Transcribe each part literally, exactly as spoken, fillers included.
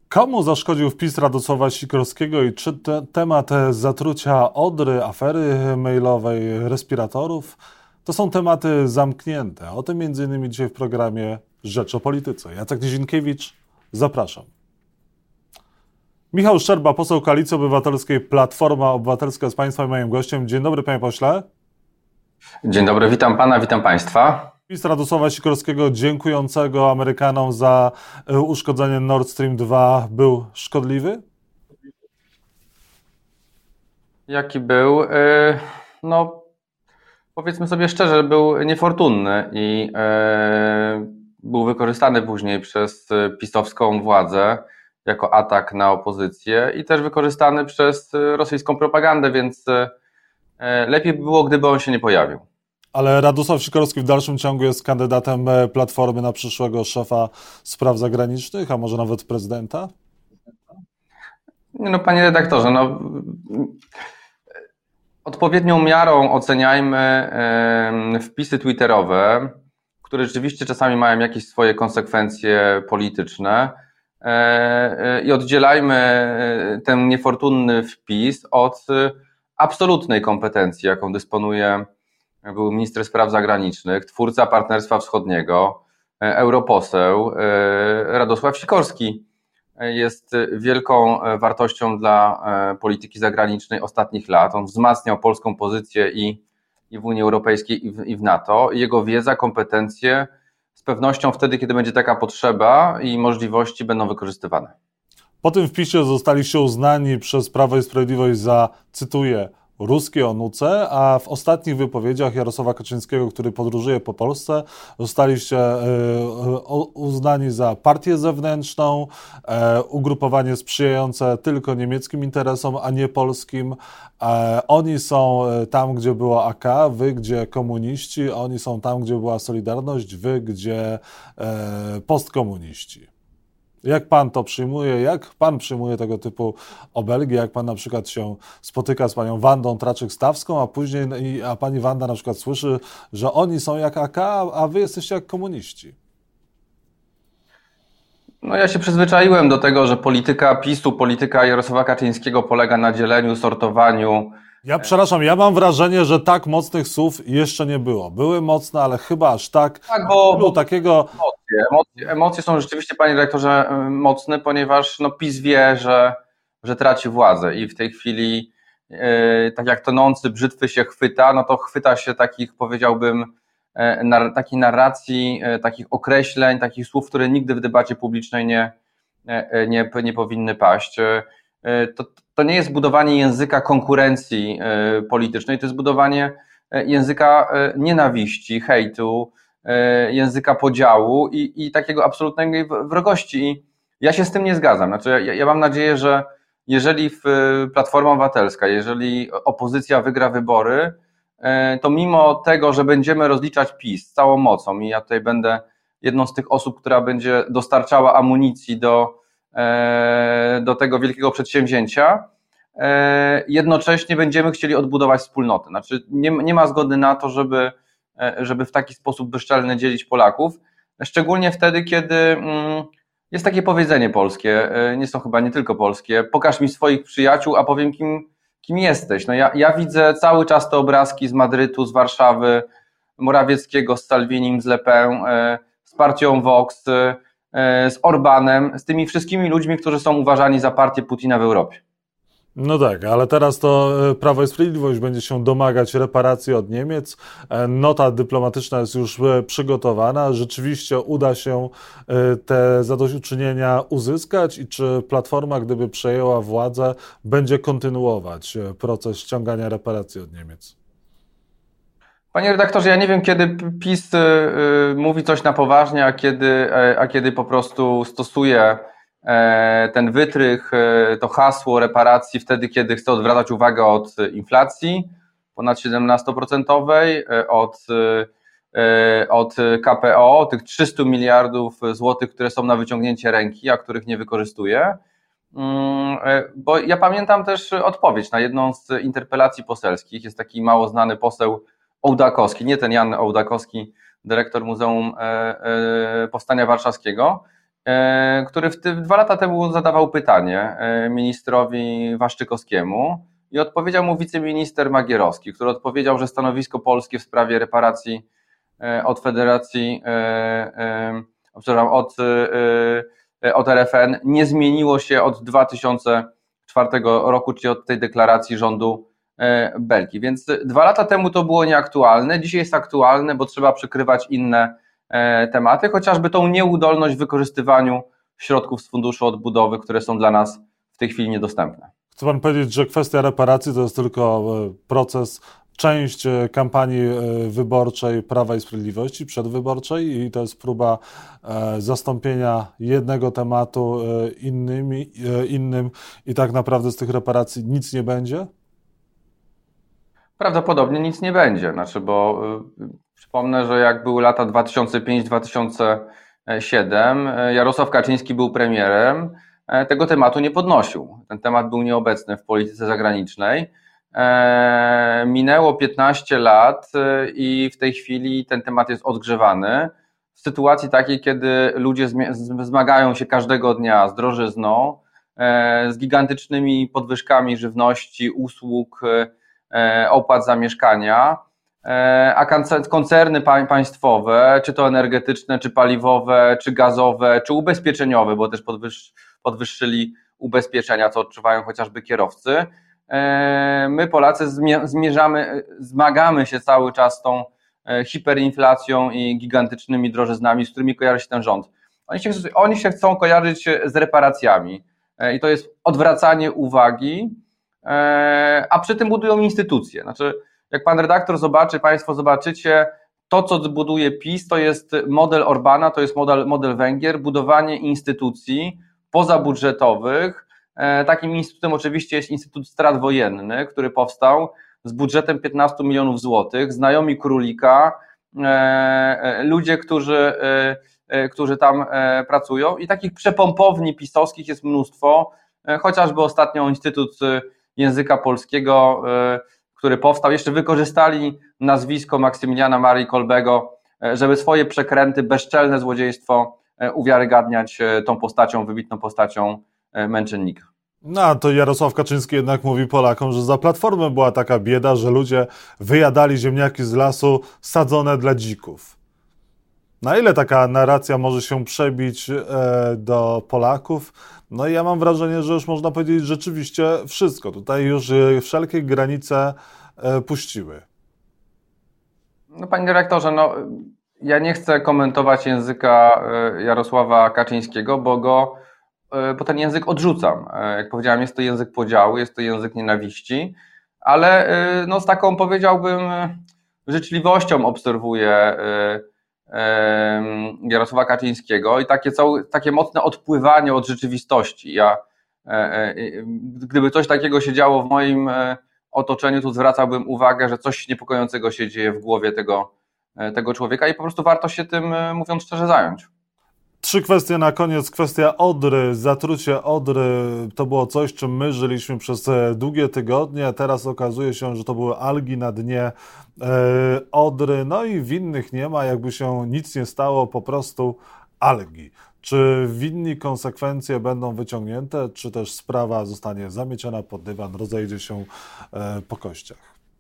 Komu zaszkodził wpis Radosława Sikorskiego i czy te, temat zatrucia Odry, afery mailowej, respiratorów, to są tematy zamknięte. O tym między innymi dzisiaj w programie Rzecz o Polityce. Jacek Nizinkiewicz, zapraszam. Michał Szczerba, poseł Koalicji Obywatelskiej, Platforma Obywatelska jest Państwa i moim gościem. Dzień dobry, panie pośle. Dzień dobry, witam pana, witam państwa. Wpis Radosława Sikorskiego dziękującego Amerykanom za uszkodzenie Nord Stream dwa był szkodliwy? Jaki był? No, powiedzmy sobie szczerze, był niefortunny i był wykorzystany później przez pisowską władzę jako atak na opozycję i też wykorzystany przez rosyjską propagandę, więc lepiej by było, gdyby on się nie pojawił. Ale Radosław Sikorski w dalszym ciągu jest kandydatem Platformy na przyszłego szefa spraw zagranicznych, a może nawet prezydenta? No, panie redaktorze, no, odpowiednią miarą oceniajmy wpisy twitterowe, które rzeczywiście czasami mają jakieś swoje konsekwencje polityczne, i oddzielajmy ten niefortunny wpis od absolutnej kompetencji, jaką dysponuje był minister spraw zagranicznych, twórca Partnerstwa Wschodniego, europoseł Radosław Sikorski. Jest wielką wartością dla polityki zagranicznej ostatnich lat. On wzmacniał polską pozycję i, i w Unii Europejskiej, i w, i w NATO. Jego wiedza, kompetencje z pewnością wtedy, kiedy będzie taka potrzeba i możliwości, będą wykorzystywane. Po tym wpisie zostaliście uznani przez Prawo i Sprawiedliwość za, cytuję, ruskie onuce, a w ostatnich wypowiedziach Jarosława Kaczyńskiego, który podróżuje po Polsce, zostaliście uznani za partię zewnętrzną, ugrupowanie sprzyjające tylko niemieckim interesom, a nie polskim. Oni są tam, gdzie była A K, wy, gdzie komuniści, oni są tam, gdzie była Solidarność, wy, gdzie postkomuniści. Jak pan to przyjmuje? Jak pan przyjmuje tego typu obelgi? Jak pan na przykład się spotyka z panią Wandą Traczyk-Stawską, a później a pani Wanda na przykład słyszy, że oni są jak A K, a wy jesteście jak komuniści? No, ja się przyzwyczaiłem do tego, że polityka PiSu, polityka Jarosława Kaczyńskiego polega na dzieleniu, sortowaniu. Ja przepraszam, ja mam wrażenie, że tak mocnych słów jeszcze nie było. Były mocne, ale chyba aż tak. Tak, bo, bo takiego... emocje, emocje, emocje są rzeczywiście, panie dyrektorze, mocne, ponieważ no, PiS wie, że, że traci władzę i w tej chwili, yy, tak jak tonący brzytwy się chwyta, no to chwyta się takich, powiedziałbym, yy, nar- takiej narracji, yy, takich określeń, takich słów, które nigdy w debacie publicznej nie, yy, nie, nie powinny paść. Yy, To, to nie jest budowanie języka konkurencji politycznej, to jest budowanie języka nienawiści, hejtu, języka podziału i, i takiego absolutnej wrogości. I ja się z tym nie zgadzam. Znaczy, ja, ja mam nadzieję, że jeżeli w Platforma Obywatelska, jeżeli opozycja wygra wybory, to mimo tego, że będziemy rozliczać PiS z całą mocą i ja tutaj będę jedną z tych osób, która będzie dostarczała amunicji do do tego wielkiego przedsięwzięcia, jednocześnie będziemy chcieli odbudować wspólnotę. Znaczy nie, nie ma zgody na to, żeby, żeby w taki sposób bezczelny dzielić Polaków, szczególnie wtedy, kiedy jest takie powiedzenie polskie, nie są chyba nie tylko polskie, pokaż mi swoich przyjaciół, a powiem kim, kim jesteś. No ja, ja widzę cały czas te obrazki z Madrytu, z Warszawy, Morawieckiego z Salvinim, z Le Pen, z partią Vox, z Orbanem, z tymi wszystkimi ludźmi, którzy są uważani za partię Putina w Europie. No tak, ale teraz to Prawo i Sprawiedliwość będzie się domagać reparacji od Niemiec. Nota dyplomatyczna jest już przygotowana. Rzeczywiście uda się te zadośćuczynienia uzyskać i czy Platforma, gdyby przejęła władzę, będzie kontynuować proces ściągania reparacji od Niemiec? Panie redaktorze, ja nie wiem, kiedy PiS mówi coś na poważnie, a kiedy, a kiedy po prostu stosuje ten wytrych, to hasło reparacji wtedy, kiedy chce odwracać uwagę od inflacji ponad siedemnaście procent, od, od K P O, tych trzysta miliardów złotych, które są na wyciągnięcie ręki, a których nie wykorzystuje. Bo ja pamiętam też odpowiedź na jedną z interpelacji poselskich. Jest taki mało znany poseł Ołdakowski, nie ten Jan Ołdakowski, dyrektor Muzeum Powstania Warszawskiego, który w tym, dwa lata temu zadawał pytanie ministrowi Waszczykowskiemu i odpowiedział mu wiceminister Magierowski, który odpowiedział, że stanowisko polskie w sprawie reparacji od Federacji, przepraszam, od, od R F N nie zmieniło się od dwa tysiące czwartego roku, czyli od tej deklaracji rządu Belgii. Więc dwa lata temu to było nieaktualne, dzisiaj jest aktualne, bo trzeba przykrywać inne tematy, chociażby tą nieudolność w wykorzystywaniu środków z Funduszu Odbudowy, które są dla nas w tej chwili niedostępne. Chce pan powiedzieć, że kwestia reparacji to jest tylko proces, część kampanii wyborczej Prawa i Sprawiedliwości, przedwyborczej, i to jest próba zastąpienia jednego tematu innymi, innym i tak naprawdę z tych reparacji nic nie będzie? Prawdopodobnie nic nie będzie, znaczy, bo przypomnę, że jak były lata dwa tysiące piąty do dwa tysiące siódmego, Jarosław Kaczyński był premierem, tego tematu nie podnosił. Ten temat był nieobecny w polityce zagranicznej. Minęło piętnaście lat i w tej chwili ten temat jest odgrzewany. W sytuacji takiej, kiedy ludzie zmagają się każdego dnia z drożyzną, z gigantycznymi podwyżkami żywności, usług, opłat za mieszkania, a koncerny państwowe, czy to energetyczne, czy paliwowe, czy gazowe, czy ubezpieczeniowe, bo też podwyższyli ubezpieczenia, co odczuwają chociażby kierowcy. My, Polacy, zmierzamy, zmagamy się cały czas z tą hiperinflacją i gigantycznymi drożyznami, z którymi kojarzy się ten rząd. Oni się, oni się chcą kojarzyć z reparacjami i to jest odwracanie uwagi, a przy tym budują instytucje. Znaczy, jak pan redaktor zobaczy, państwo zobaczycie, to co buduje PiS, to jest model Orbana, to jest model, model Węgier, budowanie instytucji pozabudżetowych. Takim instytutem oczywiście jest Instytut Strat Wojennych, który powstał z budżetem piętnaście milionów złotych, znajomi Królika, ludzie, którzy, którzy tam pracują, i takich przepompowni pisowskich jest mnóstwo, chociażby ostatnio Instytut Języka Polskiego, który powstał, jeszcze wykorzystali nazwisko Maksymiliana Marii Kolbego, żeby swoje przekręty, bezczelne złodziejstwo uwiarygadniać tą postacią, wybitną postacią męczennika. No, a to Jarosław Kaczyński jednak mówi Polakom, że za Platformę była taka bieda, że ludzie wyjadali ziemniaki z lasu sadzone dla dzików. Na ile taka narracja może się przebić e, do Polaków? No i ja mam wrażenie, że już można powiedzieć rzeczywiście wszystko. Tutaj już wszelkie granice e, puściły. No, panie dyrektorze, no, ja nie chcę komentować języka Jarosława Kaczyńskiego, bo go bo ten język odrzucam. Jak powiedziałem, jest to język podziału, jest to język nienawiści, ale no, z taką, powiedziałbym, życzliwością obserwuję Jarosława Kaczyńskiego i takie, całe, takie mocne odpływanie od rzeczywistości. Ja, gdyby coś takiego się działo w moim otoczeniu, to zwracałbym uwagę, że coś niepokojącego się dzieje w głowie tego, tego człowieka i po prostu warto się tym, mówiąc szczerze, zająć. Trzy kwestie na koniec. Kwestia Odry, zatrucie Odry, to było coś, czym my żyliśmy przez długie tygodnie. Teraz okazuje się, że to były algi na dnie e, Odry, no i winnych nie ma, jakby się nic nie stało, po prostu algi. Czy winni konsekwencje będą wyciągnięte, czy też sprawa zostanie zamieciona pod dywan, rozejdzie się e, po kościach?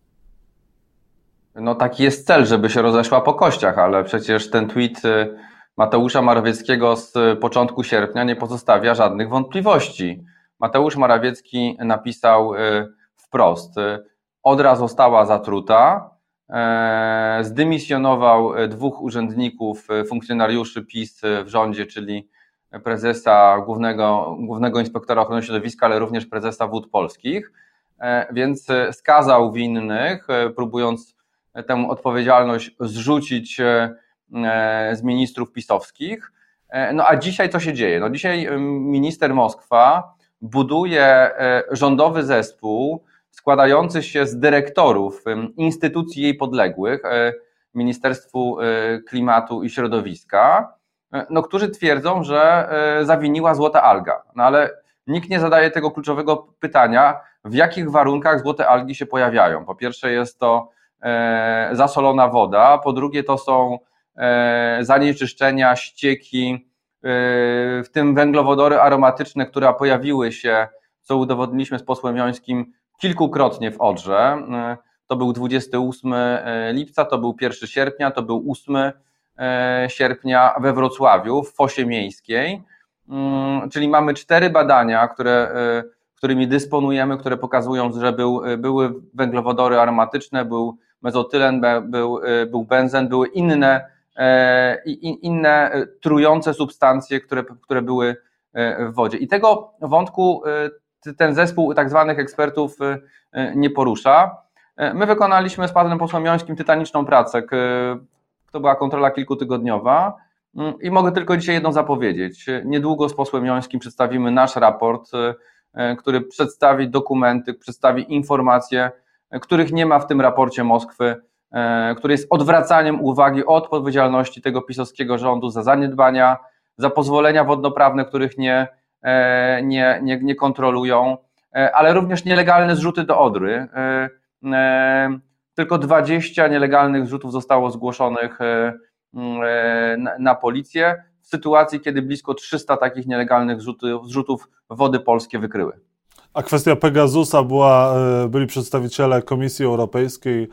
No taki jest cel, żeby się rozeszła po kościach, ale przecież ten tweet Mateusza Morawieckiego z początku sierpnia nie pozostawia żadnych wątpliwości. Mateusz Morawiecki napisał wprost: Odra została zatruta, zdymisjonował dwóch urzędników, funkcjonariuszy PiS w rządzie, czyli prezesa głównego, głównego inspektora ochrony środowiska, ale również prezesa Wód Polskich, więc skazał winnych, próbując tę odpowiedzialność zrzucić z ministrów pisowskich. No a dzisiaj co się dzieje? No dzisiaj minister Moskwa buduje rządowy zespół składający się z dyrektorów instytucji jej podległych, Ministerstwu Klimatu i Środowiska, no, którzy twierdzą, że zawiniła złota alga. No ale nikt nie zadaje tego kluczowego pytania, w jakich warunkach złote algi się pojawiają. Po pierwsze jest to zasolona woda, po drugie to są zanieczyszczenia, ścieki w tym węglowodory aromatyczne, które pojawiły się, co udowodniliśmy z posłem Jońskim, kilkukrotnie w Odrze. To był dwudziestego ósmego lipca, to był pierwszego sierpnia, to był ósmego sierpnia we Wrocławiu, w Fosie Miejskiej. Czyli mamy cztery badania, które, którymi dysponujemy, które pokazują, że był, były węglowodory aromatyczne, był mezotylen, był, był benzen, były inne, inne trujące substancje, które, które były w wodzie. I tego wątku ten zespół tak zwanych ekspertów nie porusza. My wykonaliśmy z panem posłem Jońskim tytaniczną pracę. To była kontrola kilkutygodniowa i mogę tylko dzisiaj jedno zapowiedzieć. Niedługo z posłem Jońskim przedstawimy nasz raport, który przedstawi dokumenty, przedstawi informacje, których nie ma w tym raporcie Moskwy, który jest odwracaniem uwagi od odpowiedzialności tego pisowskiego rządu za zaniedbania, za pozwolenia wodnoprawne, których nie, nie, nie, nie kontrolują, ale również nielegalne zrzuty do Odry. Tylko dwadzieścia nielegalnych zrzutów zostało zgłoszonych na, na policję, w sytuacji, kiedy blisko trzysta takich nielegalnych zrzutów, zrzutów wody polskie wykryły. A kwestia Pegasusa, była, byli przedstawiciele Komisji Europejskiej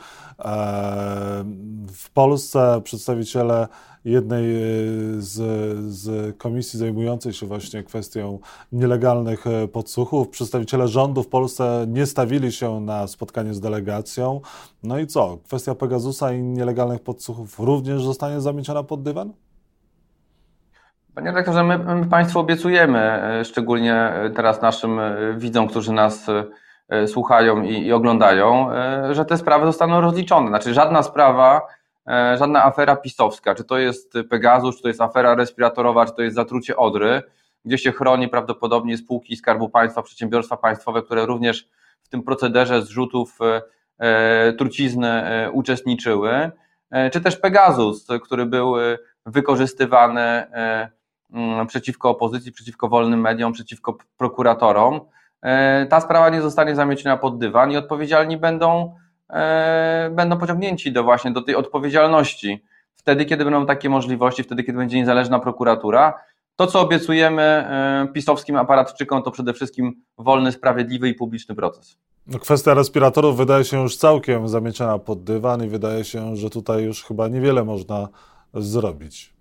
w Polsce, przedstawiciele jednej z, z komisji zajmującej się właśnie kwestią nielegalnych podsłuchów. Przedstawiciele rządu w Polsce nie stawili się na spotkanie z delegacją. No i co? Kwestia Pegasusa i nielegalnych podsłuchów również zostanie zamieciona pod dywan? Panie redaktorze, my, my Państwu obiecujemy, szczególnie teraz naszym widzom, którzy nas słuchają i, i oglądają, że te sprawy zostaną rozliczone. Znaczy żadna sprawa, żadna afera pisowska, czy to jest Pegasus, czy to jest afera respiratorowa, czy to jest zatrucie Odry, gdzie się chroni prawdopodobnie spółki Skarbu Państwa, przedsiębiorstwa państwowe, które również w tym procederze zrzutów trucizny uczestniczyły, czy też Pegasus, który był wykorzystywany przeciwko opozycji, przeciwko wolnym mediom, przeciwko prokuratorom. Ta sprawa nie zostanie zamieciona pod dywan i odpowiedzialni będą, będą pociągnięci do właśnie do tej odpowiedzialności. Wtedy, kiedy będą takie możliwości, wtedy, kiedy będzie niezależna prokuratura. To, co obiecujemy pisowskim aparatczykom, to przede wszystkim wolny, sprawiedliwy i publiczny proces. No, kwestia respiratorów wydaje się już całkiem zamieciona pod dywan i wydaje się, że tutaj już chyba niewiele można zrobić.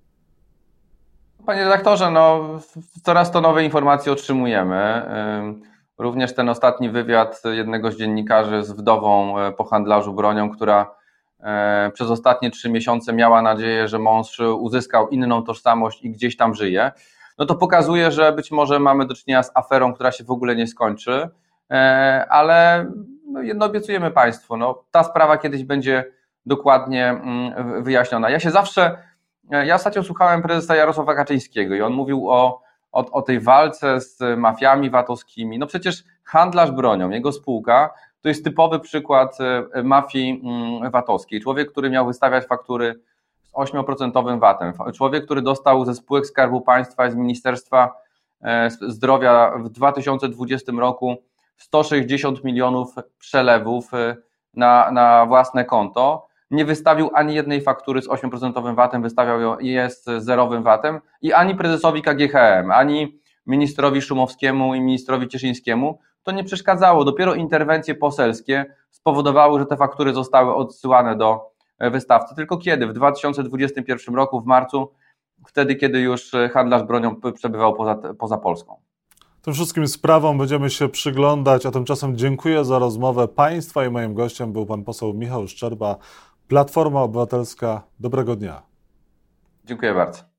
Panie redaktorze, no, coraz to nowe informacje otrzymujemy. Również ten ostatni wywiad jednego z dziennikarzy z wdową po handlarzu bronią, która przez ostatnie trzy miesiące miała nadzieję, że mąż uzyskał inną tożsamość i gdzieś tam żyje, no to pokazuje, że być może mamy do czynienia z aferą, która się w ogóle nie skończy, ale no, jedno obiecujemy Państwu, no, ta sprawa kiedyś będzie dokładnie wyjaśniona. Ja się zawsze Ja ostatnio słuchałem prezesa Jarosława Kaczyńskiego i on mówił o, o, o tej walce z mafiami VAT-owskimi. No przecież handlarz bronią, jego spółka, to jest typowy przykład mafii VAT-owskiej. Człowiek, który miał wystawiać faktury z ośmioprocentowym VAT-em. Człowiek, który dostał ze spółek Skarbu Państwa i z Ministerstwa Zdrowia w dwa tysiące dwudziestym roku sto sześćdziesiąt milionów przelewów na, na własne konto. Nie wystawił ani jednej faktury z ośmioprocentowym VAT-em, wystawiał je z zerowym VAT-em i ani prezesowi K G H M, ani ministrowi Szumowskiemu i ministrowi Cieszyńskiemu to nie przeszkadzało. Dopiero interwencje poselskie spowodowały, że te faktury zostały odsyłane do wystawcy. Tylko kiedy? W dwa tysiące dwudziestym pierwszym roku, w marcu, wtedy, kiedy już handlarz bronią przebywał poza, poza Polską. Tym wszystkim sprawom będziemy się przyglądać, a tymczasem dziękuję za rozmowę Państwa i moim gościem był pan poseł Michał Szczerba, Platforma Obywatelska. Dobrego dnia. Dziękuję bardzo.